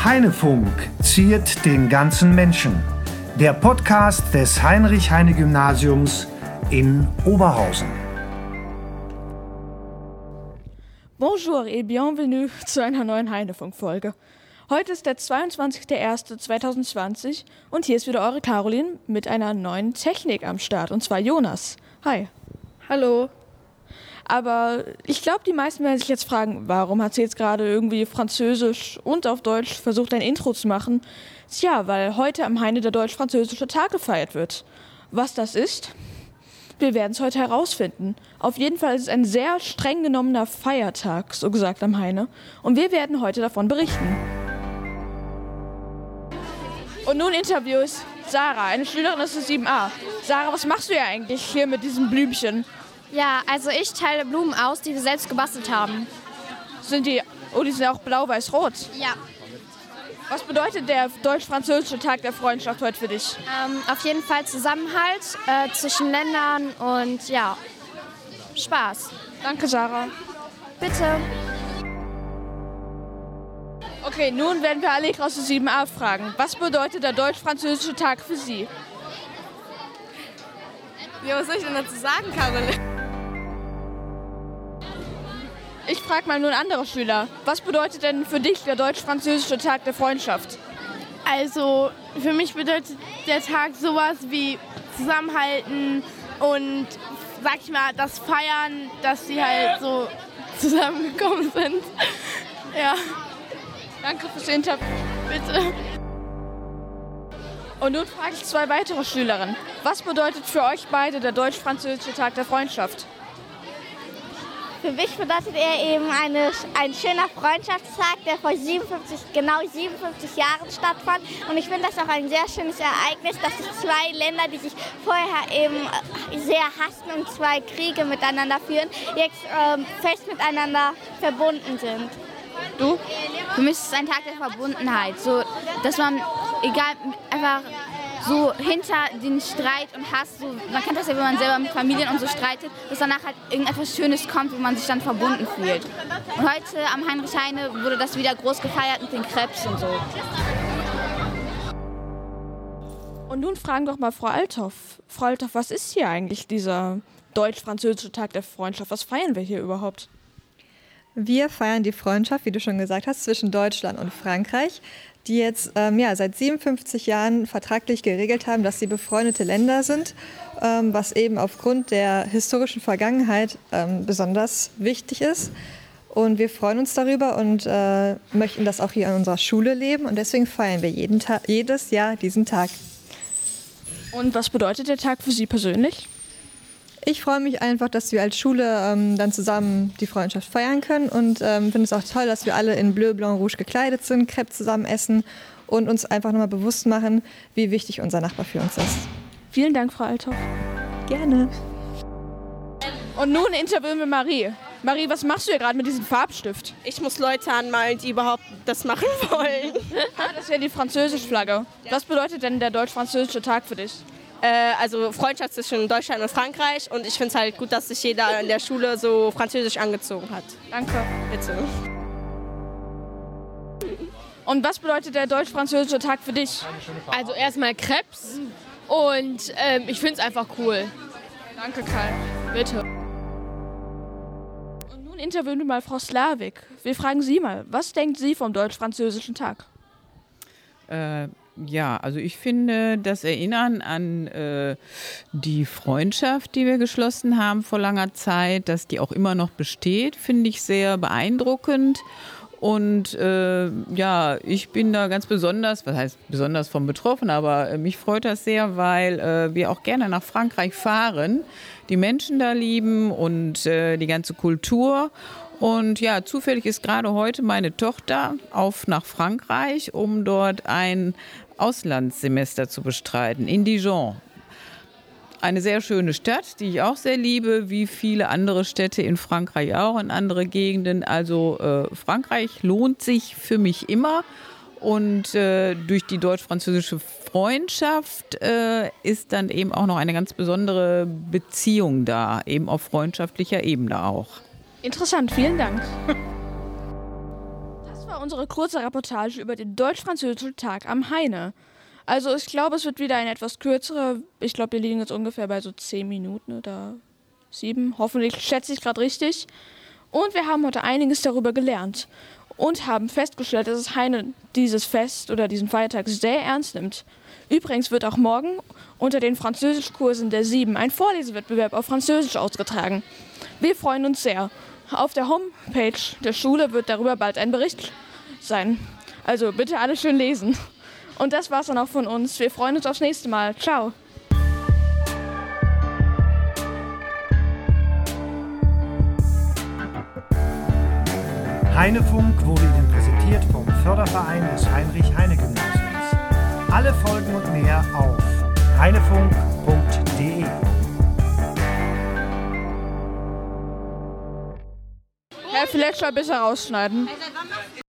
Heinefunk ziert den ganzen Menschen. Der Podcast des Heinrich-Heine-Gymnasiums in Oberhausen. Bonjour et bienvenue zu einer neuen Heinefunk-Folge. Heute ist der 22.01.2020 und hier ist wieder eure Caroline mit einer neuen Technik am Start, und zwar Jonas. Hi. Hallo. Aber ich glaube, die meisten werden sich jetzt fragen, warum hat sie jetzt gerade irgendwie Französisch und auf Deutsch versucht, ein Intro zu machen? Tja, weil heute am Heine der deutsch-französische Tag gefeiert wird. Was das ist? Wir werden es heute herausfinden. Auf jeden Fall ist es ein sehr streng genommener Feiertag, so gesagt am Heine. Und wir werden heute davon berichten. Und nun Interviews. Sarah, eine Schülerin des 7a. Sarah, was machst du ja eigentlich hier mit diesem Blümchen? Ja, also ich teile Blumen aus, die wir selbst gebastelt haben. Die sind auch blau-weiß-rot. Ja. Was bedeutet der deutsch-französische Tag der Freundschaft heute für dich? Auf jeden Fall Zusammenhalt zwischen Ländern und ja, Spaß. Danke, Sarah. Bitte. Okay, nun werden wir alle aus der 7a fragen. Was bedeutet der deutsch-französische Tag für Sie? Ja, was soll ich denn dazu sagen, Caroline? Ich frage mal nun andere Schüler. Was bedeutet denn für dich der deutsch-französische Tag der Freundschaft? Also, für mich bedeutet der Tag sowas wie Zusammenhalten und, sag ich mal, das Feiern, dass sie halt so zusammengekommen sind. Ja. Danke fürs Interview. Bitte. Und nun frage ich zwei weitere Schülerinnen. Was bedeutet für euch beide der deutsch-französische Tag der Freundschaft? Für mich bedeutet er eben ein schöner Freundschaftstag, der vor genau 57 Jahren stattfand. Und ich finde das auch ein sehr schönes Ereignis, dass sich zwei Länder, die sich vorher eben sehr hassten und zwei Kriege miteinander führen, jetzt fest miteinander verbunden sind. Du? Für mich ist es ein Tag der Verbundenheit, so dass man einfach so hinter den Streit und Hass, so, man kennt das ja, wenn man selber mit Familien und so streitet, dass danach halt irgendetwas Schönes kommt, wo man sich dann verbunden fühlt. Und heute am Heinrich Heine wurde das wieder groß gefeiert mit den Crêpes und so. Und nun fragen doch mal Frau Althoff. Frau Althoff, was ist hier eigentlich dieser deutsch-französische Tag der Freundschaft? Was feiern wir hier überhaupt? Wir feiern die Freundschaft, wie du schon gesagt hast, zwischen Deutschland und Frankreich, die jetzt seit 57 Jahren vertraglich geregelt haben, dass sie befreundete Länder sind, was eben aufgrund der historischen Vergangenheit besonders wichtig ist. Und wir freuen uns darüber und möchten das auch hier an unserer Schule leben. Und deswegen feiern wir jedes Jahr diesen Tag. Und was bedeutet der Tag für Sie persönlich? Ich freue mich einfach, dass wir als Schule dann zusammen die Freundschaft feiern können und finde es auch toll, dass wir alle in Bleu, Blanc, Rouge gekleidet sind, Crêpes zusammen essen und uns einfach nochmal bewusst machen, wie wichtig unser Nachbar für uns ist. Vielen Dank, Frau Althoff. Gerne. Und nun interviewen wir Marie. Marie, was machst du hier gerade mit diesem Farbstift? Ich muss Leute anmalen, die überhaupt das machen wollen. Das ist ja die französische Flagge. Was bedeutet denn der deutsch-französische Tag für dich? Also Freundschaft zwischen Deutschland und Frankreich und ich finde es halt gut, dass sich jeder in der Schule so französisch angezogen hat. Danke. Bitte. Und was bedeutet der deutsch-französische Tag für dich? Also erstmal Crêpes und ich finde es einfach cool. Danke, Kai. Bitte. Und nun interviewen wir mal Frau Slavik. Wir fragen Sie mal, was denkt sie vom deutsch-französischen Tag? Ja, also ich finde das Erinnern an die Freundschaft, die wir geschlossen haben vor langer Zeit, dass die auch immer noch besteht, finde ich sehr beeindruckend. Und ich bin da ganz besonders, was heißt besonders von betroffen, aber mich freut das sehr, weil wir auch gerne nach Frankreich fahren, die Menschen da lieben und die ganze Kultur. Und ja, zufällig ist gerade heute meine Tochter nach Frankreich, um dort ein Auslandssemester zu bestreiten, in Dijon. Eine sehr schöne Stadt, die ich auch sehr liebe, wie viele andere Städte in Frankreich auch, in andere Gegenden. Also Frankreich lohnt sich für mich immer. Und durch die deutsch-französische Freundschaft ist dann eben auch noch eine ganz besondere Beziehung da, eben auf freundschaftlicher Ebene auch. Interessant, vielen Dank. Das war war unsere kurze Reportage über den deutsch-französischen Tag am Heine. Also ich glaube, es wird wieder ein etwas kürzerer. Ich glaube, wir liegen jetzt ungefähr bei so 10 Minuten oder 7. Hoffentlich schätze ich gerade richtig. Und wir haben heute einiges darüber gelernt und haben festgestellt, dass das Heine dieses Fest oder diesen Feiertag sehr ernst nimmt. Übrigens wird auch morgen unter den Französischkursen der 7 ein Vorlesewettbewerb auf Französisch ausgetragen. Wir freuen uns sehr. Auf der Homepage der Schule wird darüber bald ein Bericht sein. Also bitte alle schön lesen. Und das war's dann auch von uns. Wir freuen uns aufs nächste Mal. Ciao. Heinefunk wurde Ihnen präsentiert vom Förderverein des Heinrich-Heine-Gymnasiums. Alle Folgen und mehr auf heinefunk.de. Herr Fletcher, bitte rausschneiden.